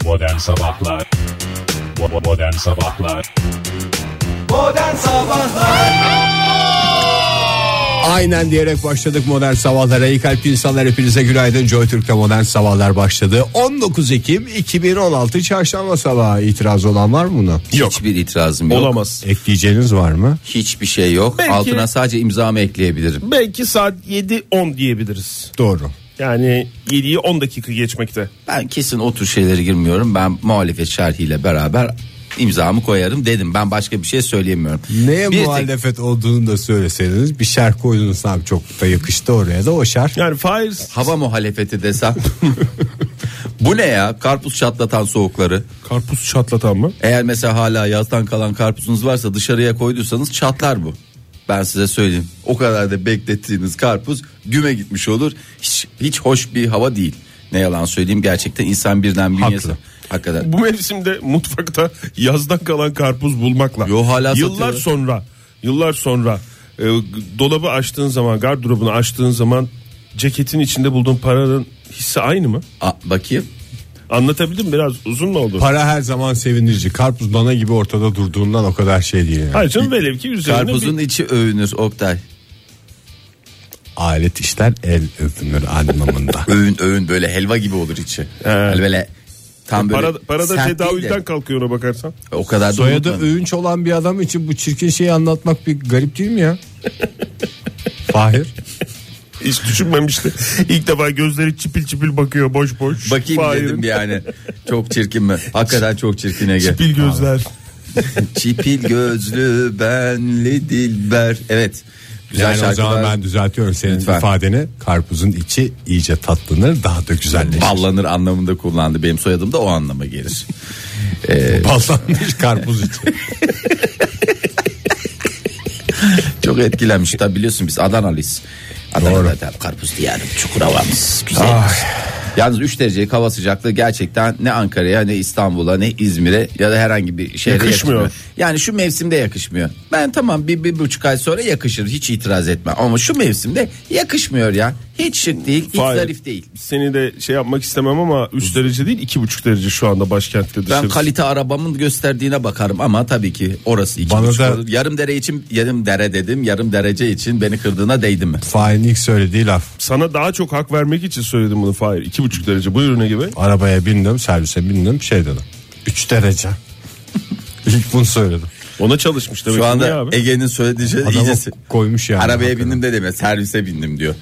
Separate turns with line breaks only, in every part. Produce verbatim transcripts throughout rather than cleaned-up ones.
Modern Sabahlar Modern Sabahlar
Modern Sabahlar
Aynen diyerek başladık Modern Sabahlar'a. İyi kalp insanlar, hepinize günaydın. Joy Türk'te Modern Sabahlar başladı. on dokuz Ekim iki bin on altı Çarşamba sabahı. İtiraz olan var mı buna?
Yok. Hiçbir itirazım yok.
Olamaz.
Ekleyeceğiniz var mı?
Hiçbir şey yok.
Belki-
Altına sadece imzamı ekleyebilirim.
Belki saat yedi on diyebiliriz.
Doğru.
Yani yediyi on dakika geçmekte.
Ben kesin o tür şeylere girmiyorum. Ben muhalefet şerhiyle beraber imzamı koyarım dedim. Ben başka bir şey söyleyemiyorum.
Neye
Bir tek-
muhalefet olduğunu da söyleseydiniz. Bir şerh koydunuz abi, çok da yakıştı oraya da o şerh.
Yani faiz
Hava muhalefeti desem. Bu ne ya? Karpuz çatlatan soğukları.
karpuz çatlatan mı?
Eğer mesela hala yazdan kalan karpuzunuz varsa dışarıya koyduysanız çatlar bu. Ben size söyleyeyim. O kadar da beklettiğiniz karpuz güme gitmiş olur. Hiç, hiç hoş bir hava değil. Ne yalan söyleyeyim, gerçekten insan birden bünyesi.
Haklı.
Hakikaten.
Bu mevsimde mutfakta yazdan kalan karpuz bulmakla.
Yo, hala
yıllar
satıyor.
sonra, yıllar sonra e, dolabı açtığın zaman, gardırobunu açtığın zaman ceketin içinde bulduğun paranın hissi aynı mı?
A, bakayım.
Anlatabildim mi? Biraz uzun mu oldu?
Para her zaman sevindirici. Karpuz bana gibi ortada durduğundan o kadar şey değil yani.
Hayır canım, velev ki üzerine
Karpuzun
bir...
içi övünür Oktay.
Alet işler el övünür anlamında.
Öğün öğün böyle helva gibi olur içi. Yani böyle tam böyle
Para, para da
sert değil
tedavülden
de,
kalkıyor ona bakarsan.
o kadar da
Soyadı
unutma.
övünç olan bir adam için bu çirkin şeyi anlatmak bir garip değil mi ya? Fahir.
Hiç düşünmemişti. İlk defa gözleri çipil çipil bakıyor, boş boş.
Bakayım
Fahir'in
dedim yani. Çok çirkin mi? Hakikaten çok çirkin Ege.
Çipil gözler.
Çipil gözlü benli dilber. Evet. Güzel
Yani o
şarkılar.
zaman ben düzeltiyorum senin
Lütfen.
ifadeni. Karpuzun içi iyice tatlanır, daha da güzelleşir.
Ballanır anlamında kullandı. Benim soyadım da o anlama gelir. Ee,
Ballanmış karpuz içi.
çok etkilenmiş. Tabi biliyorsun biz Adanalıyız. Adana'da tabii karpuz diyarım. Çukurova'mız güzel. Yalnız üç derece hava sıcaklığı gerçekten ne Ankara'ya ne İstanbul'a ne İzmir'e ya da herhangi bir şehre
Yakışmıyor.
yakışmıyor. Yani şu mevsimde yakışmıyor. Ben tamam bir, bir buçuk ay sonra yakışır, hiç itiraz etmem. Ama şu mevsimde yakışmıyor ya. Hiç şık değil, hiç
Fahir,
zarif değil.
Seni de şey yapmak istemem ama üç derece değil iki buçuk derece şu anda başkentte
Ben
dışarısı.
kalite arabamın gösterdiğine bakarım ama tabii ki orası iki
Bana
buçuk
da-
olur. Yarım dere için, yarım dere dedim, yarım derece için beni kırdığına değdi mi?
Fahir'in ilk söylediği laf.
Sana daha çok hak vermek için söyledim bunu Fahir. iki buçuk derece buyur ne gibi?
Arabaya bindim, servise bindim, şey dedim. üç derece. İlk bunu söyledim.
Ona çalışmış demek
Şu
ki. Niye
anda
abi?
Ege'nin söylediği şey
Adamı
iyicesi.
koymuş yani.
Arabaya
hakikaten.
bindim de deme, servise bindim diyor.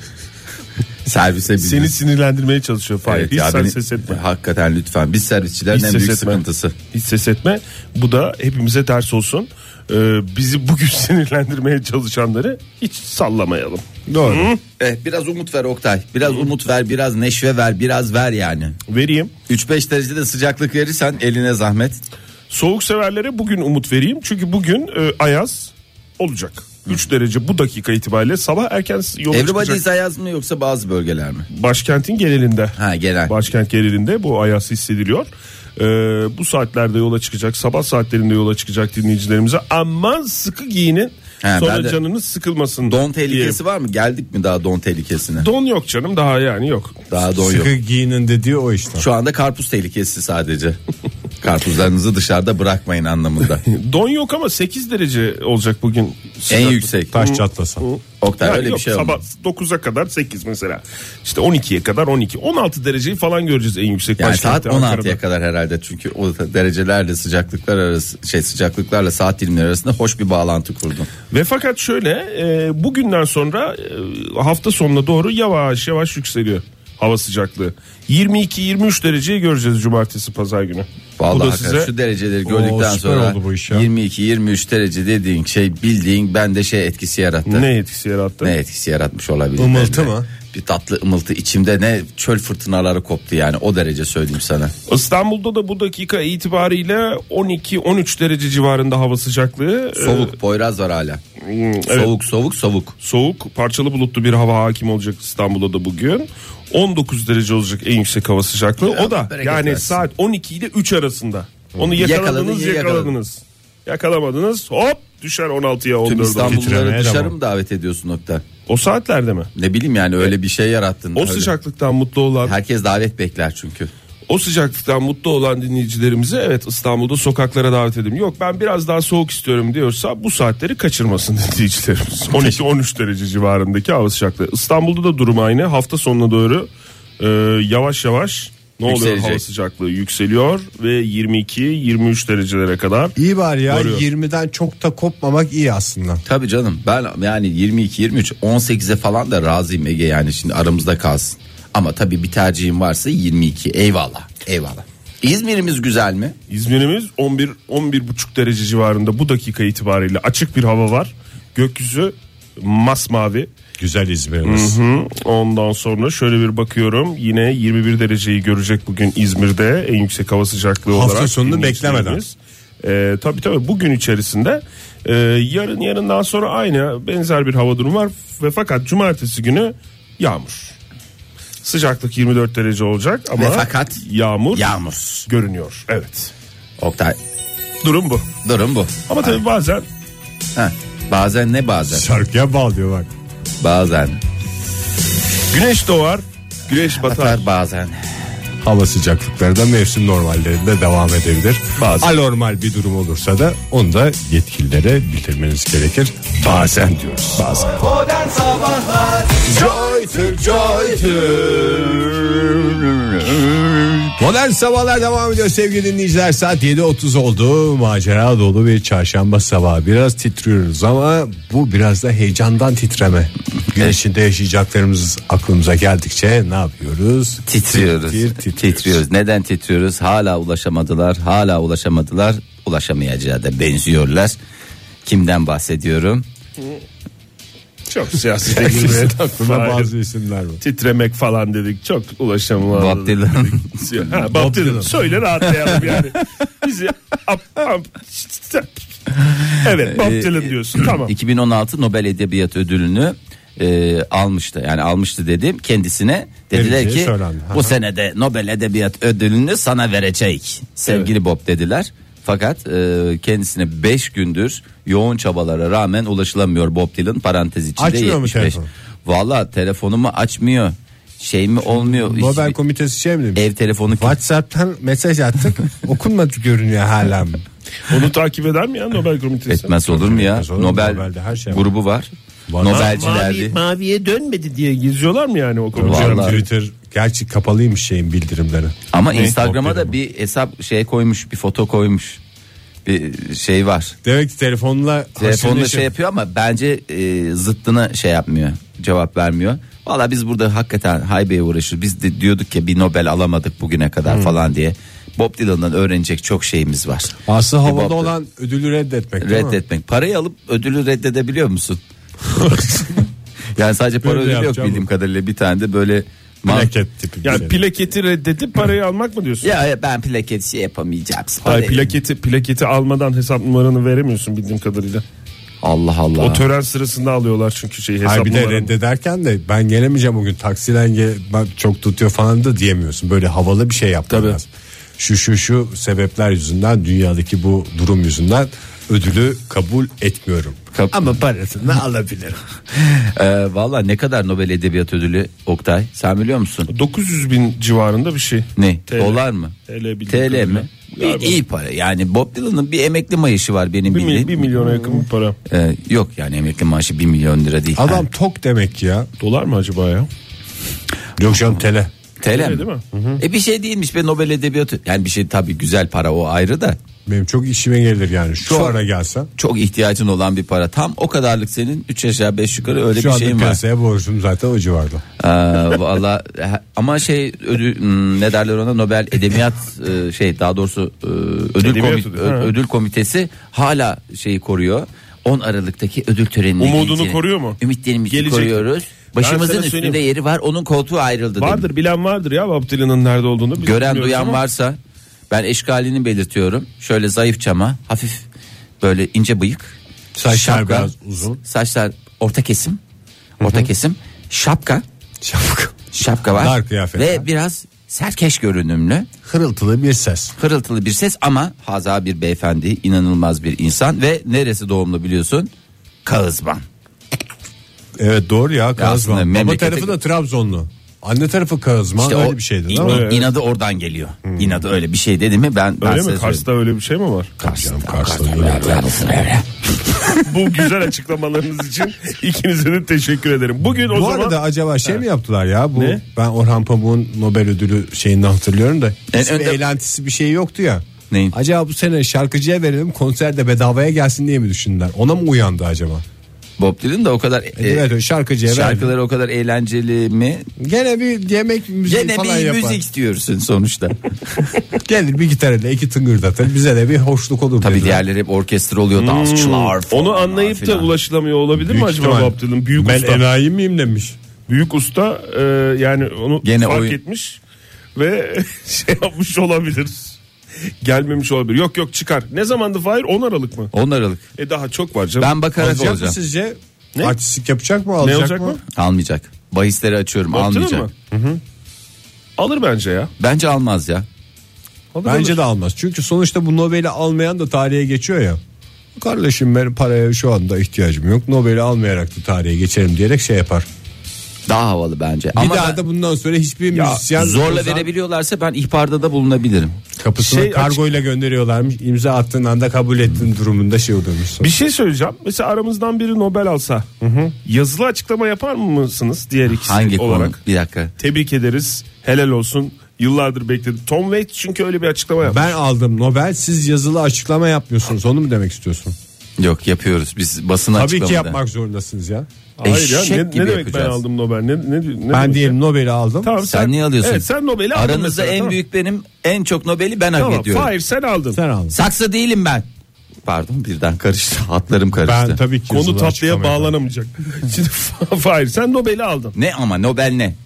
Servise bindim.
Seni sinirlendirmeye çalışıyor Fahir.
Evet
Hiç
ya,
sen
beni-
ses etme.
Hakikaten lütfen. Biz servisçilerin
Hiç
en
ses
büyük
etme.
sıkıntısı.
Hiç ses etme. Bu da hepimize ders olsun. Ee, bizi bugün sinirlendirmeye çalışanları hiç sallamayalım.
Doğru.
Hı?
Evet, biraz umut ver Oktay. Biraz umut ver, biraz neşve ver, biraz ver yani.
Vereyim.
üç beş derecede sıcaklık verirsen eline zahmet.
Soğuk severlere bugün umut vereyim. Çünkü bugün e, ayaz olacak. üç derece bu dakika itibariyle sabah erken yola
Everybody
çıkacak.
is ayaz mı yoksa bazı bölgeler mi?
Başkentin genelinde.
Ha, genel.
Başkent genelinde bu ayaz hissediliyor. Ee, bu saatlerde yola çıkacak, sabah saatlerinde yola çıkacak dinleyicilerimize aman sıkı giyinin,
He,
sonra
ben de-
canınız sıkılmasın.
Don tehlikesi
diyelim.
var mı? Geldik mi daha don tehlikesine?
Don yok canım, daha yani yok.
Daha don yok.
Sıkı giyinin dediği o işte.
Şu anda karpuz tehlikesi sadece. Karpuzlarınızı dışarıda bırakmayın anlamında.
Don yok ama sekiz derece olacak bugün.
En
sıcaklık.
yüksek.
Taş çatlasa.
Oktay
Yani
öyle
yok,
bir şey
sabah
olmaz.
dokuza kadar sekiz mesela. İşte on ikiye kadar on iki. on altı dereceyi falan göreceğiz en yüksek
Yani
başkentte,
saat on altıya
Ankara'da.
kadar herhalde, çünkü o derecelerle sıcaklıklar arası, şey sıcaklıklarla saat dilimleri arasında hoş bir bağlantı kurdum.
Ve fakat şöyle e, bugünden sonra e, hafta sonuna doğru yavaş yavaş yükseliyor hava sıcaklığı. yirmi iki yirmi üç dereceyi göreceğiz cumartesi pazar günü. Bu
Vallahi
da
hakikaten
size
şu dereceleri
Oo,
gördükten
süper
sonra
oldu bu iş ya.
yirmi iki yirmi üç derece dediğin şey bildiğin bende şey etkisi yarattı.
ne etkisi yarattı?
Ne etkisi yaratmış olabilir?
Imıltı
Belli.
mı?
Bir tatlı ımıltı içimde, ne çöl fırtınaları koptu yani, o derece söyleyeyim sana.
İstanbul'da da bu dakika itibariyle on iki on üç derece civarında hava sıcaklığı.
Soğuk, Poyraz var hala.
Ee, evet.
Soğuk soğuk soğuk.
Soğuk, parçalı bulutlu bir hava hakim olacak İstanbul'da da bugün. on dokuz derece olacak en yüksek hava sıcaklığı.
Ya,
o da
bereket
yani
versin.
saat on iki ile üç arasında. Onu yakaladınız,
Yakaladın,
yakaladınız. Yakalamadınız, hop düşer on altıya on
Tüm
dörde.
İstanbulluları
Titremeye
dışarı
devam.
mı davet ediyorsun nokta?
O saatlerde mi?
Ne bileyim yani, öyle bir şey yarattın.
O
Öyle.
sıcaklıktan mutlu olan,
Herkes davet bekler çünkü.
O sıcaklıktan mutlu olan dinleyicilerimize evet İstanbul'da sokaklara davet edeyim. Yok ben biraz daha soğuk istiyorum diyorsa bu saatleri kaçırmasın dinleyicilerimiz. on iki on üç derece civarındaki hava sıcaklığı. İstanbul'da da durum aynı. Hafta sonuna doğru e, yavaş yavaş ne oluyor, hava sıcaklığı yükseliyor ve yirmi iki yirmi üç derecelere kadar.
İyi bari ya,
varıyor.
yirmiden çok da kopmamak iyi aslında.
Tabii canım, ben yani yirmi iki yirmi üç on sekize falan da razıyım Ege, yani şimdi aramızda kalsın. Ama tabii bir tercihim varsa yirmi iki, eyvallah eyvallah. İzmir'imiz güzel mi?
İzmir'imiz on bir on bir buçuk derece civarında bu dakika itibariyle, açık bir hava var. Gökyüzü masmavi.
Güzel İzmir'imiz.
Hı hı. Ondan sonra şöyle bir bakıyorum, yine yirmi bir dereceyi görecek bugün İzmir'de en yüksek hava sıcaklığı
Hafta
olarak.
Hafta sonunu beklemeden.
Ee, tabii tabii bugün içerisinde e, yarın yarından sonra aynı benzer bir hava durumu var ve fakat cumartesi günü yağmur. Sıcaklık yirmi dört derece olacak ama
ve fakat
yağmur,
yağmur
görünüyor. Evet.
Oktay.
Durum bu.
Durum bu.
Ama tabii Ay. bazen.
Heh, bazen ne bazen?
Şarkıya bağlıyor bak.
Bazen.
Güneş doğar, güneş batar.
Batar bazen.
Hava sıcaklıkları da mevsim normallerinde devam edebilir. Bazen. Anormal bir durum olursa da onu da yetkililere bildirmeniz gerekir. Bazen diyoruz. Bazen.
Modern Sabahlar.
Joy Türk, Joy Türk. Modern Sabahlar devam ediyor sevgili dinleyiciler. Saat yedi otuz oldu. Macera dolu bir çarşamba sabahı. Biraz titriyoruz ama bu biraz da heyecandan titreme. Gün içinde yaşayacaklarımız aklımıza geldikçe ne yapıyoruz?
Titriyoruz.
Tir, tir, titriyoruz.
Titriyoruz. Neden titriyoruz? Hala ulaşamadılar. Hala ulaşamadılar. Ulaşamayacağı da benziyorlar. Kimden bahsediyorum?
Çok siyasete girmeye
aklıma bazı isimler var.
Titremek falan dedik. Çok ulaşamadık.
Bob Dylan.
Ha, Bob Dylan. Söyle rahatlayalım yani. Bizi ap, ap, evet Bob Dylan diyorsun. Tamam.
iki bin on altı Nobel Edebiyat Ödülünü e, almıştı. Yani almıştı dedim kendisine. Dediler
Vereceği
ki
söylendi.
bu senede Nobel Edebiyat Ödülünü sana verecek. Sevgili evet. Bob dediler. Fakat e, kendisine beş gündür yoğun çabalara rağmen ulaşılamıyor Bob Dylan, parantez içinde
açmıyor
yetmiş beş.
mu telefonu?
Valla telefonumu açmıyor. Şey mi olmuyor?
Nobel
Hiç,
komitesi şey mi demiş?
Ev telefonu.
WhatsApp'tan mesaj attık. Okunmadı görünüyor hala mı?
Onu takip eder mi ya Nobel komitesi?
Etmez olur mu ya?
Olur,
Nobel
her şey
grubu var. var. Nobelcilerdi.
Mavi, maviye dönmedi diye geziyorlar mı yani o komiteler?
Twitter gerçi kapalıymış şeyin bildirimleri.
Ama
ne?
Instagram'a da bir hesap şey koymuş, bir foto koymuş. Bir şey var.
Demek ki telefonla
telefonla şey yapıyor ama bence e, zıttına şey yapmıyor. Cevap vermiyor. Valla biz burada hakikaten haybeye uğraşıyoruz. Biz de diyorduk ki bir Nobel alamadık bugüne kadar hmm. falan diye. Bob Dylan'dan öğrenecek çok şeyimiz var.
Aslında havada Bob olan ödülü reddetmek.
Reddetmek. Parayı alıp ödülü reddedebiliyor musun? Yani sadece para ödülü yok bildiğim mı? Kadarıyla bir tane de böyle
plaket tipi.
Yani şey. Plaketi reddedip parayı almak mı diyorsun?
Ya ben plaket şey yapamayacağım.
Hayır, plaketi plaketi almadan hesap numaranı veremiyorsun bildiğim kadarıyla.
Allah Allah.
O tören sırasında alıyorlar çünkü şey hesap
Hayır, bir
numaranı.
de reddederken de ben gelemeyeceğim bugün taksiden gel, ben çok tutuyor falan da diyemiyorsun. Böyle havalı bir şey yapman lazım. Şu şu şu sebepler yüzünden, dünyadaki bu durum yüzünden ödülü kabul etmiyorum. Kab- Ama parasını alabilirim.
e, Valla ne kadar Nobel Edebiyat Ödülü Oktay? Sen biliyor musun?
dokuz yüz bin civarında bir şey.
Ne?
T L.
Dolar mı?
T L
mi? Bir, iyi para. Yani Bob Dylan'ın bir emekli maaşı var benim
bir
bildiğim.
Bir milyona yakın bir para.
Ee, yok yani emekli maaşı bir milyon lira değil.
Adam
yani.
tok demek ki ya.
Dolar mı acaba ya?
Yok canım T L.
T L mi?
Değil mi? Hı hı.
E bir şey değilmiş be Nobel Edebiyatı. Yani bir şey tabii güzel para, o ayrı da.
Benim çok işime gelir yani. Şu
çok,
ara gelsen.
Çok ihtiyacın olan bir para. Tam o kadarlık senin üç aşağı beş yukarı öyle
şu
bir şeyin var.
Şu anda piyasaya borcum zaten o civarda.
Ee, Valla ama şey ödül, ne derler ona, Nobel Edebiyat şey daha doğrusu ödül, komit, ödül komitesi hala şeyi koruyor. on Aralık'taki ödül törenini.
Umudunu ilgili koruyor mu?
Ümitlerimizi
Gelecek.
koruyoruz. Başımızın üstünde yeri var. Onun koltuğu ayrıldı.
Vardır dedim. Bilen vardır ya Bob Dylan'ın nerede olduğunu. Biz
gören duyan
ama.
varsa ben eşkalini belirtiyorum. Şöyle zayıf çama, hafif böyle ince bıyık.
Saçlar
şapka,
biraz uzun.
Saçlar orta kesim. Orta Hı-hı. kesim. Şapka.
Şapka.
Şapka var.
Dar kıyafetler.
Ve biraz serkeş görünümlü.
Hırıltılı bir ses.
Hırıltılı bir ses ama haza bir beyefendi, inanılmaz bir insan ve neresi doğumlu biliyorsun? Kağızban.
Evet doğru ya, Kağızban. Baba
memlekete...
tarafı da Trabzonlu. Anne tarafı Kazman
İşte
öyle
o
bir şeydi değil
in-
mi?
Evet.
inadı oradan geliyor. Hmm. İnadı öyle bir şey dedi mi ben ben
Öyle
size
mi? Kars'ta öyle bir şey mi var?
Canım, Kars'ta
Kars'ta
öyle.
öyle.
Bu güzel açıklamalarınız için ikinize de teşekkür ederim. Bugün o
Bu
zaman
arada acaba şey
Evet.
mi yaptılar ya? Bu
Ne?
ben Orhan Pamuk'un Nobel ödülü şeyini hatırlıyorum da.
En
Hiçbir
önde-
eğlentisi bir şey yoktu ya.
Neyin?
Acaba bu sene şarkıcıya verelim, konserde bedavaya gelsin diye mi düşündüler? Ona mı uyandı acaba?
Bob Dylan da o kadar e,
Evet, şarkıcıya verelim.
şarkıları o kadar eğlenceli mi?
Gene bir yemek müzik
Gene
falan
bir
yapar.
müzik istiyorsun sonuçta.
Gelir bir gitarıyla iki tıngırdatır. Bize de bir hoşluk olur.
Tabii
dediler.
diğerleri hep orkestra oluyor, dansçılar falan.
onu anlayıp da
filan.
ulaşılamıyor olabilir
Büyük
mi acaba
ihtimal.
Bob Dylan? Büyük
Ben
usta.
enayi miyim demiş.
Büyük usta e, yani onu
Gene
fark
oyun-
etmiş ve şey yapmış olabilir. Gelmemiş olabilir. Yok yok çıkar. Ne zamandı Fahir? on Aralık mı?
on Aralık.
E daha çok var canım.
Ben bakarak
Alacak mı
olacağım.
sizce?
Ne?
Artistik yapacak mı?
Ne
Alacak
olacak
mı?
mı?
Almayacak. Bahisleri açıyorum,
Bob Dylan
almayacak.
mı? Alır bence ya.
Bence almaz ya.
Alır,
Bence
alır.
de almaz. Çünkü sonuçta bu Nobel'i almayan da tarihe geçiyor ya. Kardeşim benim paraya şu anda ihtiyacım yok. Nobel'i almayarak da tarihe geçerim diyerek şey yapar.
Daha havalı bence.
Bir
Ama
daha
ben-
da bundan sonra hiçbir müzisyen
zorla
ozan
verebiliyorlarsa ben ihbarda da bulunabilirim.
kapısına
Şey
kargoyla gönderiyorlarmış. İmza attığın anda kabul ettiğin durumunda şey oluyormuş.
Bir şey söyleyeceğim. Mesela aramızdan biri Nobel alsa yazılı açıklama yapar mısınız diğer ikisi
Hangi
olarak?
konu? Bir dakika.
Tebrik ederiz. Helal olsun. Yıllardır bekledim. Tom Waits çünkü öyle bir açıklama yapmış.
Ben aldım Nobel, siz yazılı açıklama yapmıyorsunuz. Onu mu demek istiyorsun?
Yok, yapıyoruz. Biz basın
Tabii
açıklamada.
ki yapmak zorundasınız ya.
Hayır ya
eşek
ne,
gibi
ne demek ben
yapacağız.
aldım Nobel? Ne, ne, ne
Ben
demek
diyelim
ya?
Nobel'i aldım.
Tamam,
Sen niye alıyorsun?
Evet sen Nobel'i aldın
Aranızda
mesela,
en
tamam.
büyük benim, en çok Nobel'i ben hak
Tamam,
ediyorum.
hayır sen aldın.
Sen aldın.
Saksı değilim ben. Pardon, birden karıştı. Hatlarım karıştı.
Ben tabii ki
Konu
yazılı
tatlıya
açıklama yaparım.
bağlanamayacak. Şimdi hayır sen Nobel'i aldın.
Ne ama Nobel ne?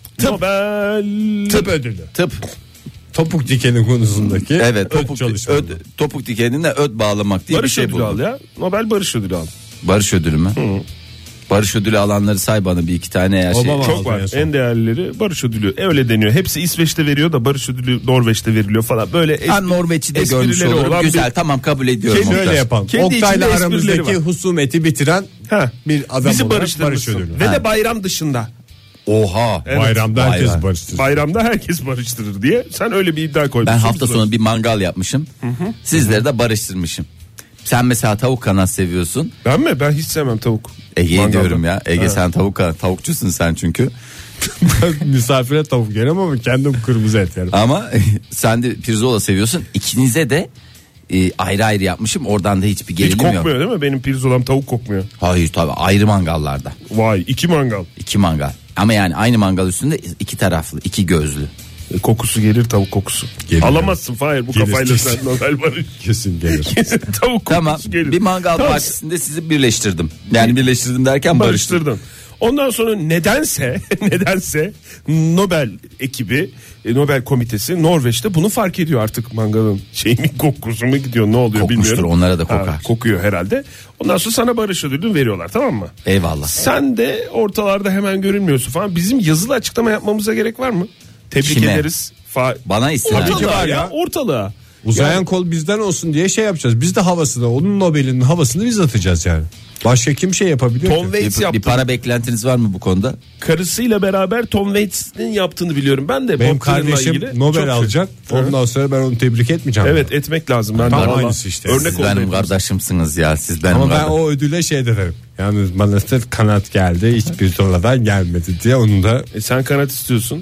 Nobel
Tıp ödülü.
Tıp.
Topuk dikeni konusundaki
Evet,
öd
topuk,
çalışmaları.
öd, topuk dikenine öd bağlamak diye
Barış
bir şey
ödülü al
buldum.
ya. Nobel Barış ödülü al.
Barış ödülü mü? Barış ödülü alanları say bana bir iki tane eğer şey.
Obama.
Çok
aldı
var.
en son.
En değerlileri Barış ödülü. E, öyle deniyor. Hepsi İsveç'te veriyor da Barış ödülü Norveç'te veriliyor falan. Böyle es-
Ben Norveç'i de görmüş
esprileri
olurum.
olan
Güzel,
bir-
tamam, kabul ediyorum.
Kendi
Oktay.
Şöyle yapalım.
Kendi
Oktay'la
içinde esprileri
aramızdaki
var.
husumeti bitiren
Ha.
bir adam
Bizi
olarak
barıştırmışsın.
Barış ödülü.
Ve
Ha.
de bayram dışında.
Oha.
Evet.
Bayramda
Vay
herkes
be.
barıştır.
Bayramda herkes barıştırır diye. Sen öyle bir iddia koymuşsun.
Ben hafta
Biz
sonu bir mangal yapmışım. Sizleri de barıştırmışım. Sen mesela tavuk kanat seviyorsun.
Ben mi? Ben hiç sevmem tavuk.
Ege'ye
Mangalda.
diyorum ya. Ege
Ha.
sen tavuk kanat, tavukçusun sen çünkü.
Misafire tavuk yerim ama kendim kırmızı et yerim.
Ama sen de pirzola seviyorsun. İkinize de e, ayrı ayrı yapmışım. Oradan da hiçbir
Hiç
gerilim yok.
kokmuyor değil mi? Benim pirzolam tavuk kokmuyor.
Hayır tabii, ayrı mangallarda.
Vay iki mangal.
İki mangal. Ama yani aynı mangal üstünde iki taraflı, iki gözlü.
E, kokusu gelir tavuk kokusu.
Gelir.
Alamazsın Fahir bu
Gelir,
kafayla
kesin.
sen Nobel barış.
Kesin gelir.
Tavuk kokusu
Tamam,
gelir.
bir mangal
Tamam,
partisinde sizi birleştirdim. Yani birleştirdim derken barıştırdım.
barıştırdın. Ondan sonra nedense nedense Nobel ekibi, e, Nobel komitesi Norveç'te bunu fark ediyor artık, mangalın şeyinin kokusu mu gidiyor, ne oluyor
Kokmuştur,
bilmiyorum.
onlara da kokar.
kokuyor herhalde. Ondan sonra sana barış ödülünü veriyorlar, tamam mı?
Eyvallah.
Sen de ortalarda hemen görünmüyorsun falan. Bizim yazılı açıklama yapmamıza gerek var mı? Tebrik
Kime?
ederiz. Fa-
Bana istinaden.
Ortalığa
Tabii ki var
ya,
ya.
ortalığa.
Uzayan
Yani-
kol bizden olsun diye şey yapacağız. Biz de havasını, onun Nobel'in havasını biz atacağız yani. Başka kim şey yapabiliyor
Tom
ki?
Waits
Bir,
yaptı.
bir para beklentiniz var mı bu konuda?
Karısıyla beraber Tom Waits'in yaptığını biliyorum. Ben de
Benim
Bob Dylan'la
kardeşim
ilgili çok
Nobel
şey-
alacak. Ondan sonra ben onu tebrik etmeyeceğim.
Evet, etmek lazım. Ben
Tam
de vallahi
aynısı işte.
Örnek
Siz
oldu
benim
hepimiz.
kardeşimsiniz ya, siz benim
Ama ben
kardeşim.
o ödüle şey derim. Yalnız bana sırf kanat geldi, hiçbir sonradan gelmedi diye onu da
E sen kanat istiyorsun.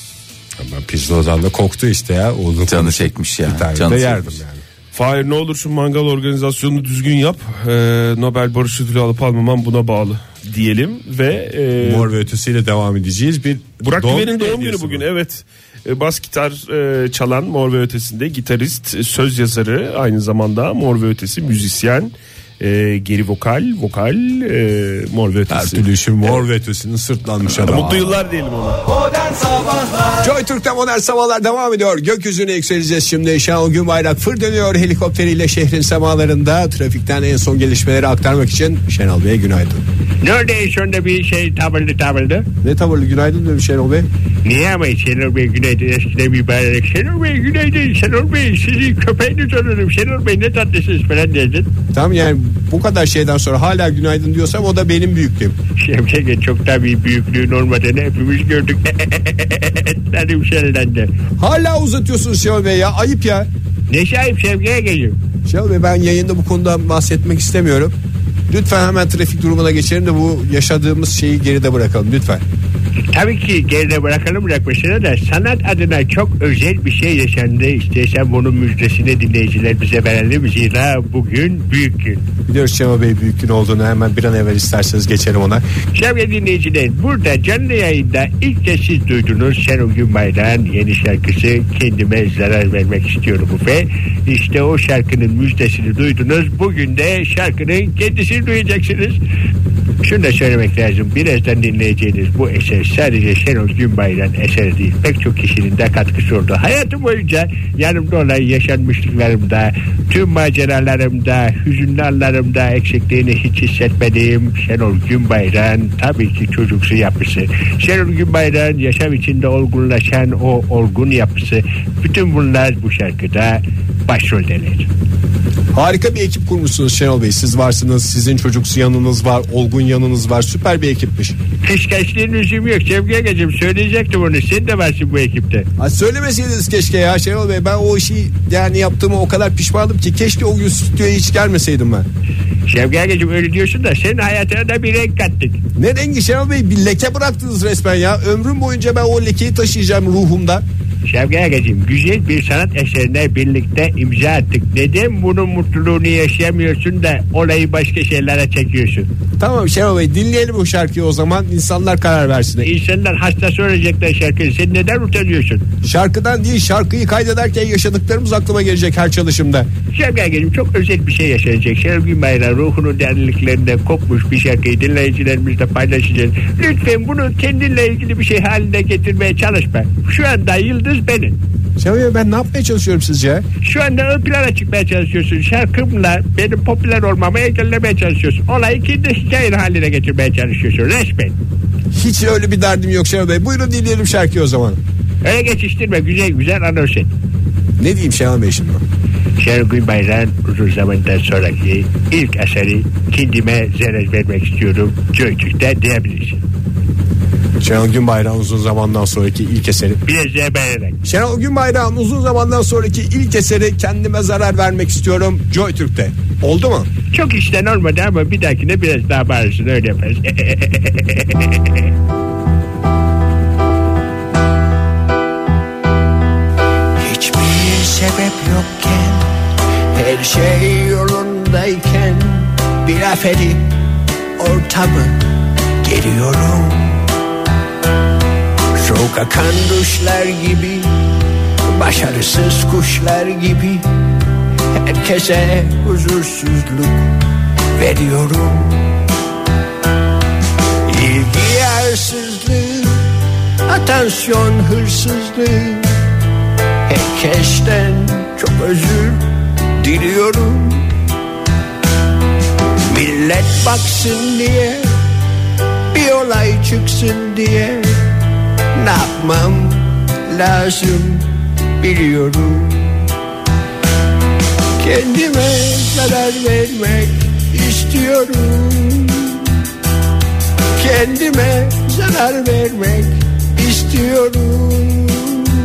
ama pirzoladan da koktu işte ya. Onu
Canı çekmiş ya.
Bir tane
Canı
de yerdim
çekmiş.
yani.
Fahir ne olur şu mangal organizasyonunu düzgün yap. Ee, Nobel Barış Ödülü alıp almamam buna bağlı diyelim ve e,
Mor ve Ötesi'yle devam edeceğiz. Bir
Burak
doğum
Güven'in doğum günü
hediyesi
bugün.
var.
Evet. E, bas gitar e, çalan Mor ve Ötesi'nde gitarist, e, söz yazarı, aynı zamanda Mor ve Ötesi müzisyen, e, geri vokal, vokal, e, Mor ve
Her
Ötesi.
türlü işin Mor ve Ötesi'nin sırtlanmış adam.
Mutlu yıllar diyelim ona.
Modern Sabahlar
Joy Türk'te modern sabahlar devam ediyor. Gökyüzüne yükseleceğiz şimdi. Şenol Günbayrak fır dönüyor helikopteriyle şehrin semalarında. Trafikten en son gelişmeleri aktarmak için Şenol Bey günaydın.
Ne oldu en sonunda bir şey tabıldı tabıldı?
Ne tavırlı günaydın diyorum Şenol Bey.
Niye ama Şenol Bey günaydın eskiden bir bağırarak Şenol Bey günaydın Şenol Bey sizin köpeğiniz olurum Şenol Bey ne tatlısınız falan diyordun.
Tamam yani bu kadar şeyden sonra hala günaydın diyorsam o da benim büyüklüğüm.
Şevket çok da bir büyüklüğün olmadığını hepimiz gördük. Etlerim şellendi.
Hala uzatıyorsunuz Şenol Bey ya, ayıp ya.
Ne sahip Şevket'e geliyor.
Şenol Bey ben yayında bu konudan bahsetmek istemiyorum. Lütfen hemen trafik durumuna geçelim de bu yaşadığımız şeyi geride bırakalım lütfen.
Tabii ki geride bırakalım bırakmasına da sanat adına çok özel bir şey yaşandı. İstersen bunun müjdesini dinleyicilerimize verelim. Zira bugün büyük gün.
Biliyoruz Şenol Bey büyük gün olduğunu, hemen bir an evvel isterseniz geçelim ona.
Sevgili dinleyiciler, burada canlı yayında ilk kez siz duydunuz Şenol Günbayrak'ın yeni şarkısı Kendime Zarar Vermek İstiyorum ve işte o şarkının müjdesini duydunuz. Bugün de şarkının kendisini duyacaksınız. Şunu da söylemek lazım. Birazdan dinleyeceğiniz bu eser sadece Şenol Günbayrak'ın eseri değil. Pek çok kişinin de katkısı oldu. Hayatım boyunca yanımda olan yaşanmışlıklarımda, tüm maceralarımda, hüzünlü anlarımda eksikliğini hiç hissetmediğim Şenol Günbayrak'ın tabii ki çocuksu yapısı. Şenol Günbayrak'ın yaşam içinde olgunlaşan o olgun yapısı. Bütün bunlar bu şarkıda başroldeler.
Harika bir ekip kurmuşsunuz Şenol Bey. Siz varsınız, sizin çocuksu yanınız var, olgun yanınız var. Süper bir ekipmiş.
Kışkaçlığın üzüm yok. Sevgiyagacığım söyleyecektim onu. Sen de varsın bu ekipte.
Ha, söylemeseydiniz keşke ya Şenol Bey. Ben o işi yani yaptığıma o kadar pişmanım ki keşke o gün stüdyoya hiç gelmeseydim ben.
Sevgiyagacığım öyle diyorsun da senin hayatına da bir renk kattık.
Ne rengi Şenol Bey? Bir leke bıraktınız resmen ya. Ömrüm boyunca ben o lekeyi taşıyacağım ruhumda.
Şevket'ciğim güzel bir sanat eserine birlikte imza attık. Neden bunun mutluluğunu yaşayamıyorsun da olayı başka şeylere çekiyorsun?
Tamam Şenol Bey, dinleyelim bu şarkıyı o zaman, insanlar karar versin.
İnsanlar hastası olacaklar şarkıyı. Sen neden utanıyorsun?
Şarkıdan değil, şarkıyı kaydederken yaşadıklarımız aklıma gelecek her çalışımda.
Şevket'ciğim çok özel bir şey yaşanacak. Şenol Günbayrak ruhunun derinliklerinden kopmuş bir şarkıyı dinleyicilerimizle paylaşacağız. Lütfen bunu kendinle ilgili bir şey haline getirmeye çalışma. Şu anda yıldız benim.
Şenol Bey, ben ne yapmaya çalışıyorum sizce?
Şu anda ön plana çıkmaya çalışıyorsun. Şarkımla benim popüler olmamı engellemeye çalışıyorsun. Olayı kendi hikayen haline getirmeye çalışıyorsun resmen.
Hiç öyle bir derdim yok Şenol Bey. Buyurun dinleyelim şarkıyı o zaman.
Öyle geçiştirme, güzel güzel anons et.
Ne diyeyim Şenol Bey şimdi?
Şenol Günbayrak'ın uzun zamandan sonraki ilk eseri Kendime Zarar Vermek İstiyorum Joytürk'te diyebilirsin.
Şenol Günbayrak'ın uzun zamandan sonraki ilk eseri.
Biraz daha beğenerek.
Şenol Günbayrak'ın uzun zamandan sonraki ilk eseri Kendime Zarar Vermek İstiyorum Joytürk'te. Oldu mu?
Çok işten olmadı ama bir dahakine biraz daha bağırsın, öyle yaparız.
Hiçbir sebep yokken, her şey yolundayken bir laf edip ortamı geliyorum. Soğuk akan duşlar gibi, başarısız kuşlar gibi herkese huzursuzluk veriyorum. İlgi arsızlığı, atansiyon hırsızlığı, herkesten çok özür diliyorum. Millet baksın diye, bir olay çıksın diye ne yapmam lazım biliyorum. Kendime zarar vermek istiyorum. Kendime zarar vermek istiyorum.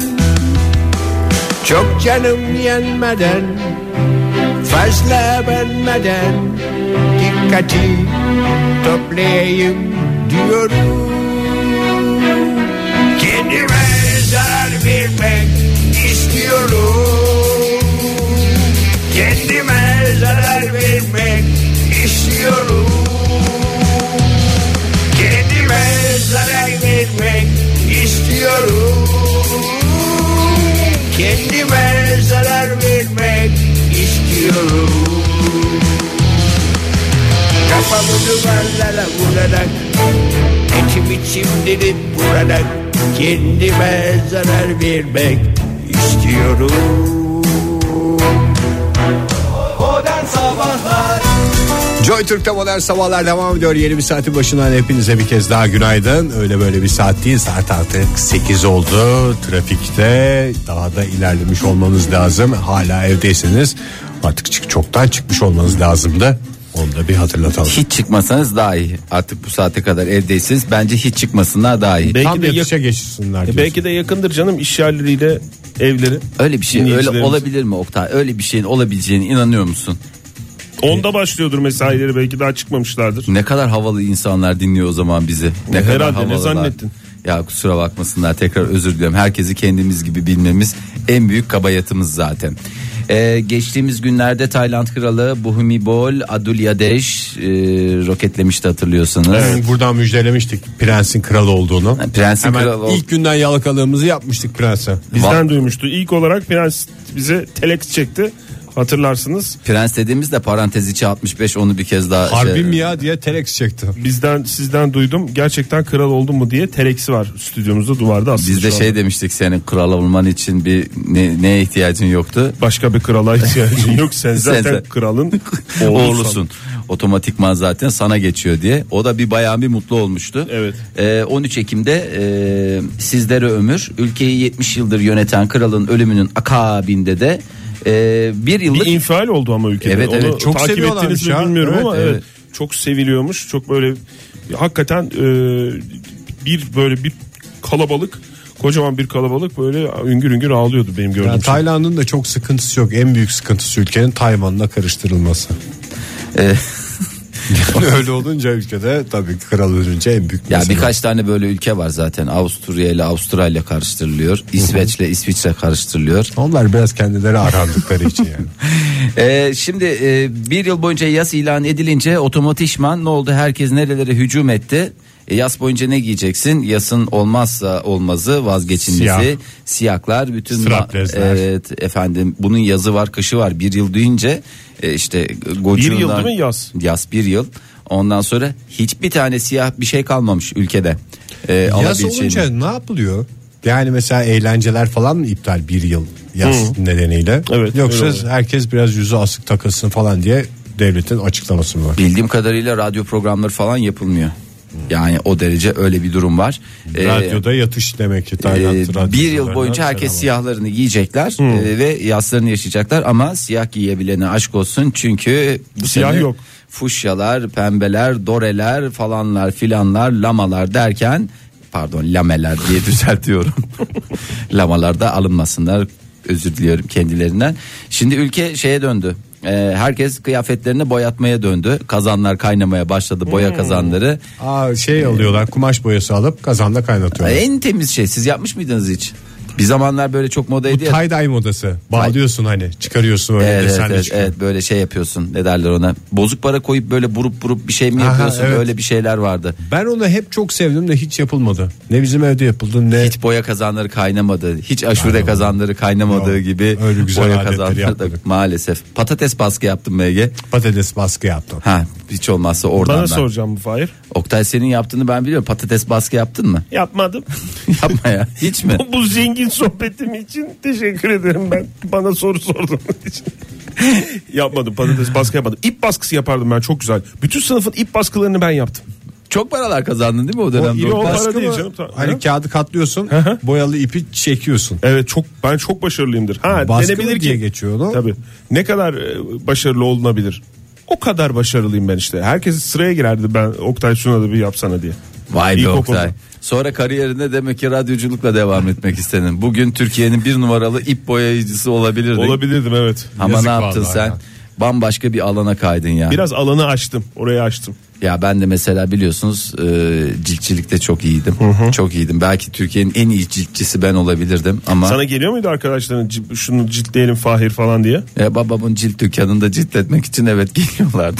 Çok canım yanmadan, fazla benmeden dikkati toplayayım diyorum. Kendime zarar vermek istiyorum. Kendime zarar vermek istiyorum. Kendime zarar vermek istiyorum. Kendime zarar vermek istiyorum. Kafamı duvarlara vurarak, içim içim delip vurarak kendime zarar vermek istiyorum.
Joy Joy Türk'te modern sabahlar devam ediyor. Yeni bir saatin başından hepinize bir kez daha günaydın. Öyle böyle bir saat değil, saat artık sekiz oldu. Trafikte daha da ilerlemiş olmanız lazım. Hala evdeyseniz artık çoktan çıkmış olmanız lazım da. Onu da bir hatırlatalım.
Hiç çıkmasanız daha iyi. Artık bu saate kadar evdeyseniz bence hiç çıkmasınlar daha iyi.
Belki
Tam
de
yatışa
yak-
geçsinler.
E belki de yakındır canım iş yerleriyle evleri.
Öyle bir şey öyle
Dinleyicilerimiz.
olabilir mi Oktay? Öyle bir şeyin olabileceğine inanıyor musun?
Onda başlıyordur mesaileri, belki daha çıkmamışlardır.
Ne kadar havalı insanlar dinliyor o zaman bizi. Ne
Herhalde,
kadar
ne
havalılar.
zannettin?
Ya kusura bakmasınlar, tekrar özür dilerim. Herkesi kendimiz gibi bilmemiz en büyük kabayatımız zaten. Ee, geçtiğimiz günlerde Tayland kralı Bhumibol Adulyadej e, roketlemişti, hatırlıyorsanız.
Evet, buradan müjdelemiştik prensin kralı olduğunu.
Yani prensin
Hemen
kralı ol-
ilk günden yalakalığımızı yapmıştık prense.
Bizden
Va-
duymuştu. İlk olarak prens bize telex çekti. Hatırlarsınız.
Prens dediğimizde parantez içi altmış beş, onu bir kez daha.
Harbi
şey-
mi ya diye telex çekti.
Bizden sizden duydum. Gerçekten kral oldu mu diye telex'i var stüdyomuzda, duvarda asılı.
Biz de
şu
şey
anda.
demiştik, senin kral olman için bir ne, neye ihtiyacın yoktu?
Başka bir krala ihtiyacın yok. Sen zaten
Sen-
kralın
Oğlusun. Otomatikman zaten sana geçiyor diye. O da bir bayağı bir mutlu olmuştu.
Evet.
Ee, on üç Ekim'de e, sizlere ömür, ülkeyi yetmiş yıldır yöneten kralın ölümünün akabinde de e, bir yıllık
Bir infial oldu ama ülkede.
Evet, evet.
Onu
Çok
takip
seviyorlarmış
ettiniz mi
ya.
bilmiyorum
Evet,
ama
evet.
evet. Çok seviliyormuş. Çok böyle hakikaten e, bir böyle bir kalabalık, kocaman bir kalabalık böyle üngür üngür ağlıyordu benim gördüğüm
Yani
şey.
Tayland'ın da çok sıkıntısı yok. En büyük sıkıntısı ülkenin Tayvan'la karıştırılması.
e,
Yani öyle olunca ülkede tabii kral ölünce en büyük
ya
mesele.
birkaç tane böyle ülke var zaten. Avusturya ile Avustralya karıştırılıyor. İsveç ile İsviçre karıştırılıyor.
Onlar biraz kendileri arandıkları için yani.
Ee, şimdi e, bir yıl boyunca yas ilan edilince otomatikman ne oldu? Herkes nerelere hücum etti? E, yas boyunca ne giyeceksin? Yasın olmazsa olmazı, vazgeçilmezi,
Siyah.
siyaklar, bütün
Straplezler.
evet efendim, bunun yazı var, kışı var. Bir yıl deyince e, işte gocuğundan,
Bir yıl değil mi yaz?
Yaz bir yıl. Ondan sonra hiçbir tane siyah bir şey kalmamış ülkede. E,
Yaz
alabileceğini.
olunca ne yapılıyor? Yani mesela eğlenceler falan mı iptal bir yıl yaz nedeniyle?
Evet,
Yoksa
öyle oluyor.
herkes biraz yüzü asık takılsın falan diye devletin açıklaması mı var?
Bildiğim kadarıyla radyo programları falan yapılmıyor. Yani o derece öyle bir durum var. Ee,
Radyoda yatış demek ki Tayland
Ee,
radyosu.
bir yıl boyunca herkes
Selam.
siyahlarını giyecekler e, ve yaslarını yaşayacaklar, ama siyah giyebilene aşk olsun, çünkü bu
Siyah
sene
yok.
fuşyalar, pembeler, doreler falanlar filanlar, lamalar derken, pardon lameler diye düzeltiyorum. Lamalar da alınmasınlar, özür diliyorum kendilerinden. Şimdi ülke şeye döndü. Ee, herkes kıyafetlerini boyatmaya döndü. Kazanlar kaynamaya başladı, boya kazanları.
Aa, şey alıyorlar, kumaş boyası alıp kazanda kaynatıyorlar.
En temiz şey. Siz yapmış mıydınız hiç? Bir zamanlar böyle çok modaydı ya.
Tie-dye modası. Bağlıyorsun hani, çıkarıyorsun öyle
Evet, evet,
desenli
evet,
çıkıyor.
evet, böyle şey yapıyorsun, ne derler ona, bozuk para koyup böyle burup burup bir şey mi
Aha,
yapıyorsun,
evet.
öyle bir şeyler vardı.
Ben onu hep çok sevdim de hiç yapılmadı. Ne bizim evde yapıldı ne
Hiç boya kazanları kaynamadı, hiç aşure kazanları kaynamadığı
Yok,
gibi
öyle güzel
boya
adetleri
kazanları da
yapmadık.
maalesef. Patates baskı yaptım M G.
patates baskı yaptım.
Ha, hiç olmazsa oradan
Bana
ben.
soracağım bu Fahir.
Oktay, senin yaptığını ben biliyorum, patates baskı yaptın mı?
Yapmadım.
Yapma ya, hiç mi?
Bu zengin sohbetim için teşekkür ederim ben. Bana soru sorduğunuz için. Yapmadım, patates baskı yapmadım. İp baskısı yapardım ben, çok güzel. Bütün sınıfın ip baskılarını ben yaptım.
Çok paralar kazandın değil mi o dönemde?
Yok,
Oktay?
para
Baskı
değil
mı?
canım.
Hani
Ha?
kağıdı katlıyorsun,
hı.
boyalı ipi çekiyorsun.
Evet, çok ben çok başarılıyımdır. Ha,
Baskı
denebilir
mı
ki
diye geçiyor onu?
Tabii. Ne kadar e, başarılı olunabilir? O kadar başarılıyım ben işte. Herkes sıraya girerdi, ben Oktay şuna da bir yapsana diye.
Vay be
İlkokulda.
Oktay. Sonra kariyerinde demek ki radyoculukla devam etmek istedin. Bugün Türkiye'nin bir numaralı ip boyayıcısı olabilirdin.
Olabilirdim, evet.
Ama
Yazık
ne yaptın
vallahi
sen?
ya.
Bambaşka bir alana kaydın ya.
Biraz alanı açtım. Orayı açtım.
Ya ben de mesela biliyorsunuz e, ciltçilikte çok iyiydim. Çok iyiydim. Belki Türkiye'nin en iyi ciltçisi ben olabilirdim ama
Sana geliyor muydu arkadaşların "C- şunu ciltleyelim Fahir" falan diye?
e, babamın cilt dükkanında ciltletmek için evet geliyorlardı.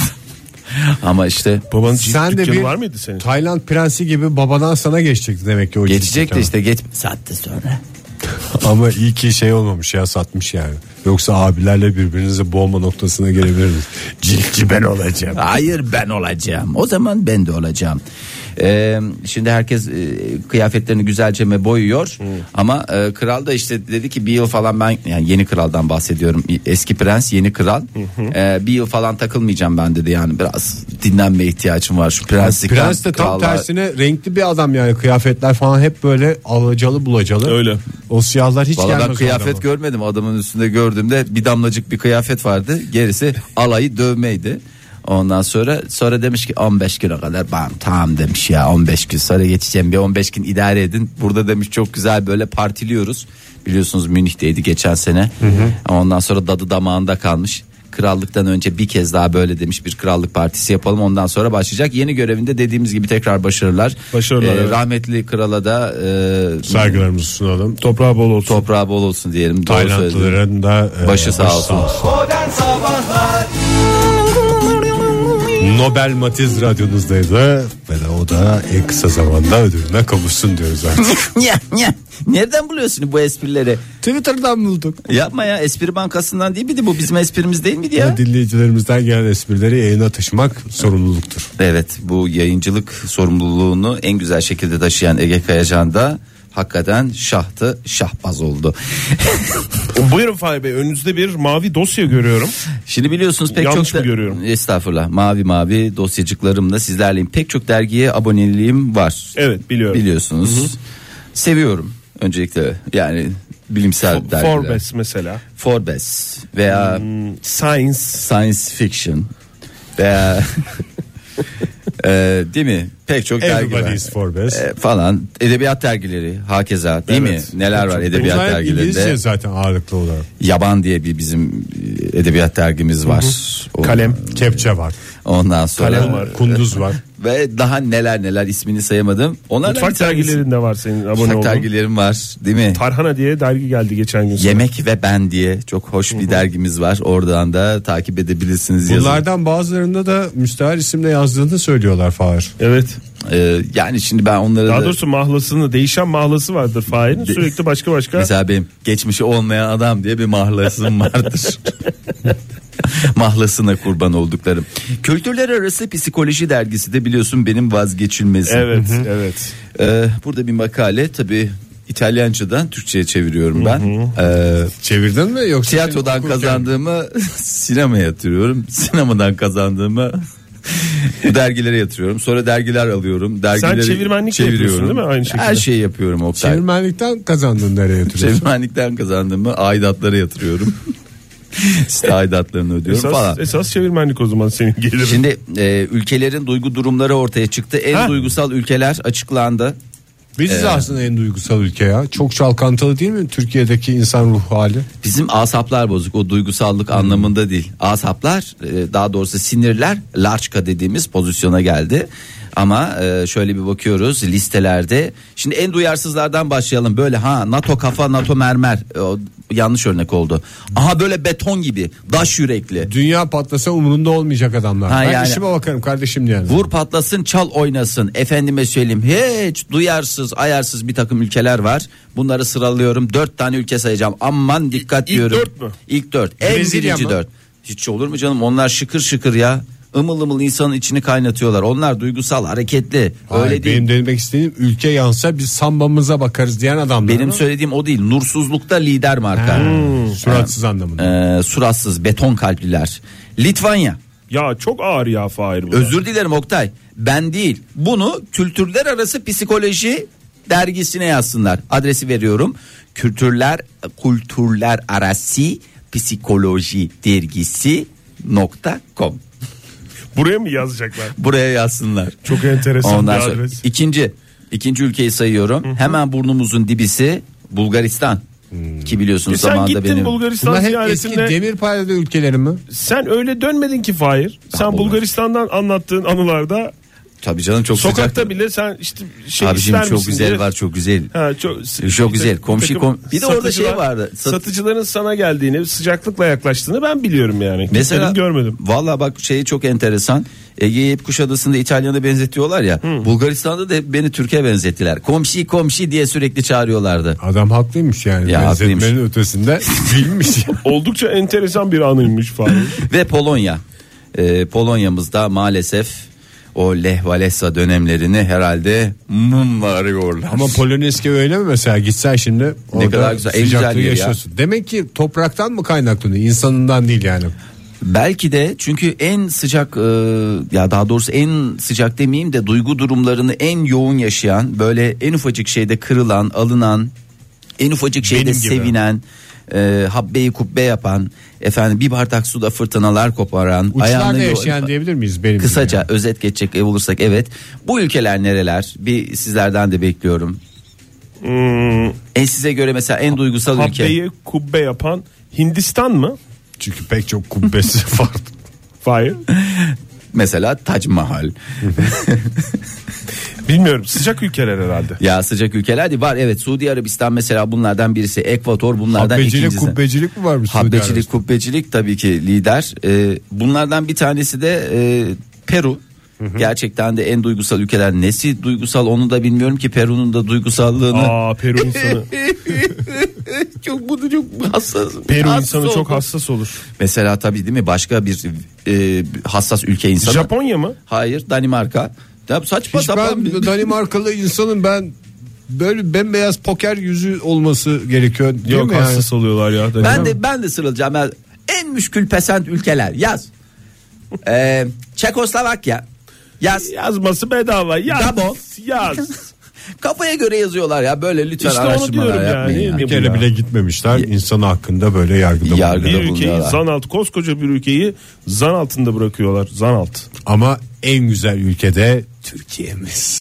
Ama işte
Babanın cilt
Sen de
dükkanı
bir
var mıydı senin?
Tayland prensi gibi babadan sana geçecekti demek ki o
geçecekti
cilt
işte, geç saatte sonra.
dükkanı. Ama iyi ki şey olmamış ya, satmış yani. Yoksa abilerle birbirinizi boğma noktasına gelebilirdiniz. Ciltçi ben olacağım.
Hayır, ben olacağım. O zaman ben de olacağım. Ee, şimdi herkes e, kıyafetlerini güzelce mi boyuyor hmm. ama e, kral da işte dedi ki bir yıl falan ben, yani yeni kraldan bahsediyorum, eski prens yeni kral, hmm. e, bir yıl falan takılmayacağım ben dedi, yani biraz dinlenmeye ihtiyacım var şu prenslikten.
Prens de tam krallar... tersine renkli bir adam, yani kıyafetler falan hep böyle alacalı bulacalı.
Öyle.
O siyahlar hiç
Vallahi
gelmez.
Ben kıyafet görmedim adamın üstünde, gördüğümde bir damlacık bir kıyafet vardı, gerisi alayı dövmeydi. Ondan sonra sonra demiş ki on beş güne kadar ben tamam demiş ya, on beş gün sonra geçeceğim, bir on beş gün idare edin. Burada demiş çok güzel böyle partiliyoruz. Biliyorsunuz Münih'teydi geçen sene. Hı hı. Ondan sonra dadı damağında kalmış. Krallıktan önce bir kez daha böyle demiş, bir krallık partisi yapalım, ondan sonra başlayacak. Yeni görevinde dediğimiz gibi tekrar başarılar.
Başarılar. Ee,
evet. Rahmetli krala da e,
saygılarımızı sunalım.
Toprağı bol olsun.
Toprağı bol olsun diyelim.
Taylandlıların da e,
başı sağ olsun.
Modern Sabahlar.
Nobel Matiz radyonuzdaydı ve de o da en kısa zamanda ödülüne kavuşsun diyoruz artık.
Ya, ya. Nereden buluyorsun bu esprileri?
Twitter'dan bulduk.
Yapma ya, espri bankasından değil miydi bu, bizim esprimiz değil miydi ya?
ya dinleyicilerimizden gelen esprileri yayına taşımak sorumluluktur.
Evet, bu yayıncılık sorumluluğunu en güzel şekilde taşıyan Ege Kayacan da hakikaten şahtı şahbaz oldu.
Buyurun Fahir Bey, önünüzde bir mavi dosya görüyorum.
Şimdi biliyorsunuz pek
Yanlış
çok
mı görüyorum?
Estağfurullah, mavi mavi dosyacıklarımla sizlerleyim. Pek çok dergiye aboneliğim var.
Evet, biliyorum.
Biliyorsunuz. Hı-hı. Seviyorum öncelikle, yani bilimsel
F-
dergiler.
Forbes mesela.
Forbes veya
hmm, Science
Science Fiction veya e, değil mi? Pek çok dergi var.
Forbes
E, falan, edebiyat dergileri hakeza, değil
evet.
mi? Neler var edebiyat
bunlar
dergilerinde?
İngilizce zaten ağırlıklı olarak.
Yaban diye bir bizim edebiyat dergimiz var.
O, Kalem,
Kepçe var.
Ondan sonra
Kalem var,
Kunduz var.
Ve daha neler neler, ismini sayamadım. Onlar
mutfak dergilerinde var senin abone olduğun.
Mutfak dergilerim var, değil mi?
Tarhana diye dergi geldi geçen gün.
Yemek sana. Ve Ben diye çok hoş bir Hı-hı. dergimiz var. Oradan da takip edebilirsiniz.
Bunlardan
yazın.
Bazılarında da müstahar isimle yazdığını söylüyorlar Fahir.
Evet.
Ee, yani şimdi ben onları
daha
da...
doğrusu mahlasını, değişen mahlası vardır Fahir'in. De... Sürekli başka başka.
Mesela benim geçmişi olmayan adam diye bir mahlasım vardır. Mahlasına kurban olduklarım. Kültürler Arası Psikoloji dergisi de biliyorsun benim vazgeçilmezim.
Evet, Hı-hı. evet.
Ee, burada bir makale, tabii İtalyancadan Türkçe'ye çeviriyorum ben. Ee,
Çevirdin mi yoksa?
Tiyatrodan kazandığımı sinemaya yatırıyorum. Sinemadan kazandığımı bu dergilere yatırıyorum. Sonra dergiler alıyorum. Dergileri
sen çevirmenlik yapıyorsun değil mi? Aynı şekilde.
Her şeyi yapıyorum Oktay.
Çevirmenlikten kazandığın nereye yatırıyorsun?
Çevirmenlikten kazandığımı aidatlara yatırıyorum. İşte aidatlarını ödüyorum
esas,
falan.
Esas çevirmenlik o zaman senin gelirin.
Şimdi e, ülkelerin duygu durumları ortaya çıktı. En ha? duygusal ülkeler açıklandı.
Biziz ee, aslında en duygusal ülke ya. Çok çalkantılı değil mi Türkiye'deki insan ruh hali?
Bizim asaplar bozuk, o duygusallık hmm. anlamında değil. Asaplar, daha doğrusu sinirler larçka dediğimiz pozisyona geldi. Ama şöyle bir bakıyoruz listelerde. Şimdi en duyarsızlardan başlayalım. Böyle ha NATO kafa, NATO mermer. O yanlış örnek oldu. Aha böyle beton gibi, daş yürekli.
Dünya patlasa umurunda olmayacak adamlar. Ha, ben yani, işime bakarım kardeşim yani.
Vur patlasın, çal oynasın. Efendime söyleyeyim, hiç duyarsız, ayarsız bir takım ülkeler var. Bunları sıralıyorum. Dört tane ülke sayacağım. Aman dikkat
İlk
diyorum.
İlk dört mü?
İlk dört. En
Brezilya
birinci
mı?
dört. Hiç olur mu canım? Onlar şıkır şıkır ya. Imıl ımıl insanın içini kaynatıyorlar. Onlar duygusal, hareketli.
Hayır,
öyle değil.
Benim demek istediğim ülke yansa biz sambamıza bakarız diyen adamlar.
Benim
mı?
söylediğim o değil. Nursuzlukta lider marka.
Hmm, suratsız ee, anlamında.
E, suratsız, beton kalpliler. Litvanya.
Ya çok ağır ya Fahir bu.
Özür dilerim Oktay. Ben değil. Bunu Kültürler Arası Psikoloji dergisine yazsınlar. Adresi veriyorum. Kültürler Kültürler Arası Psikoloji dergisi nokta com.
Buraya mı yazacaklar?
Buraya yazsınlar.
Çok enteresan
Ondan
bir
sonra
adres.
ikinci, ikinci ülkeyi sayıyorum. Hı-hı. Hemen burnumuzun dibisi Bulgaristan. Hmm. Ki biliyorsunuz
e sen
zamanında
gittin
benim.
Bulgaristan
Bunlar hep
ziyaretinde.
eski demir payladı ülkeleri mi?
Sen öyle dönmedin ki Fahir. Sen
Bulgar.
Bulgaristan'dan anlattığın anılarda.
Tabii canım çok
sokakta
sıcak.
bile sen işte şey
abicim
ister
çok
misin
güzel
diye.
var, çok güzel.
Ha, çok
çok
işte,
güzel. Komşu kom. Bir de orada şey vardı.
Sat... Satıcıların sana geldiğini, sıcaklıkla yaklaştığını ben biliyorum yani.
Mesela
Gitmedim, görmedim.
Valla bak şeyi çok enteresan. Ege'yi hep Kuşadası'nda İtalyan'a benzetiyorlar ya. Hmm. Bulgaristan'da da hep beni Türkiye benzettiler. Komşi komşi diye sürekli çağırıyorlardı.
Adam haklıymış yani.
Ya,
benzetmenin
haklıymış.
ötesinde bilmiş.
Oldukça enteresan bir anıymış falan.
Ve Polonya. Ee, Polonya'mızda maalesef o Lech Walesa dönemlerini herhalde mumla arıyorlar.
Ama Polonezk'e öyle mi mesela, gitsen şimdi
ne kadar güzel, en güzel yer ya.
Demek ki topraktan mı kaynaklanıyor, insanından değil yani.
Belki de, çünkü en sıcak e, ya daha doğrusu en sıcak demeyeyim de duygu durumlarını en yoğun yaşayan, böyle en ufacık şeyde kırılan, alınan, en ufacık şeyde
Benim gibi.
sevinen, e, habbeyi kubbe yapan, efendim bir bardak suda fırtınalar koparan,
Uçlarda
yo-
yaşayan diyebilir miyiz benim
kısaca
gibi?
özet geçecek olursak, evet, bu ülkeler nereler, bir sizlerden de bekliyorum.
Hmm,
En size göre mesela en duygusal ülke.
habbeyi kubbe yapan Hindistan mı?
Çünkü pek çok kubbesi var.
Hayır.
Mesela Tac Mahal.
Bilmiyorum, sıcak ülkeler herhalde.
Ya sıcak ülkeler de var, evet. Suudi Arabistan mesela bunlardan birisi. Ekvator bunlardan
Habbecilik,
ikincisi.
kubbecilik mi varmış? Suudi
Habbecilik,
Arabistan?
kubbecilik tabii ki lider. Ee, bunlardan bir tanesi de e, Peru. Gerçekten de en duygusal ülkeler. Nesi duygusal onu da bilmiyorum ki, Peru'nun da duygusallığını.
Aa, Peru insanı.
çok bunu çok hassas.
Peru
hassas
insanı
oldu.
çok hassas olur.
Mesela tabii değil mi, başka bir e, hassas ülke insanı.
Japonya mı?
Hayır, Danimarka. Ya saçma
Hiç
sapan
ben
bir-
Danimarkalı insanın ben böyle bembeyaz poker yüzü olması gerekiyor değil
Yok,
mi yani?
hassas oluyorlar ya.
Ben de ben de sıralayacağım. Yani en müşkül pesent ülkeler yaz. ee, Çekoslovakya yaz.
Yazması bedava. Yaz.
Gabon.
Yaz.
Kafaya göre yazıyorlar ya, böyle lütfen
İşte onu
araştırmalar
diyorum
yapmayın
yani.
ya.
Bir
Bu
kere
ya.
bile gitmemişler. İnsanı hakkında böyle yargıda
Yargı-
bulunuyor.
Bir ülkeyi
bulunuyorlar.
zan altı, koskoca bir ülkeyi zan altında bırakıyorlar. Zan altı.
Ama en güzel ülkede Türkiye'miz.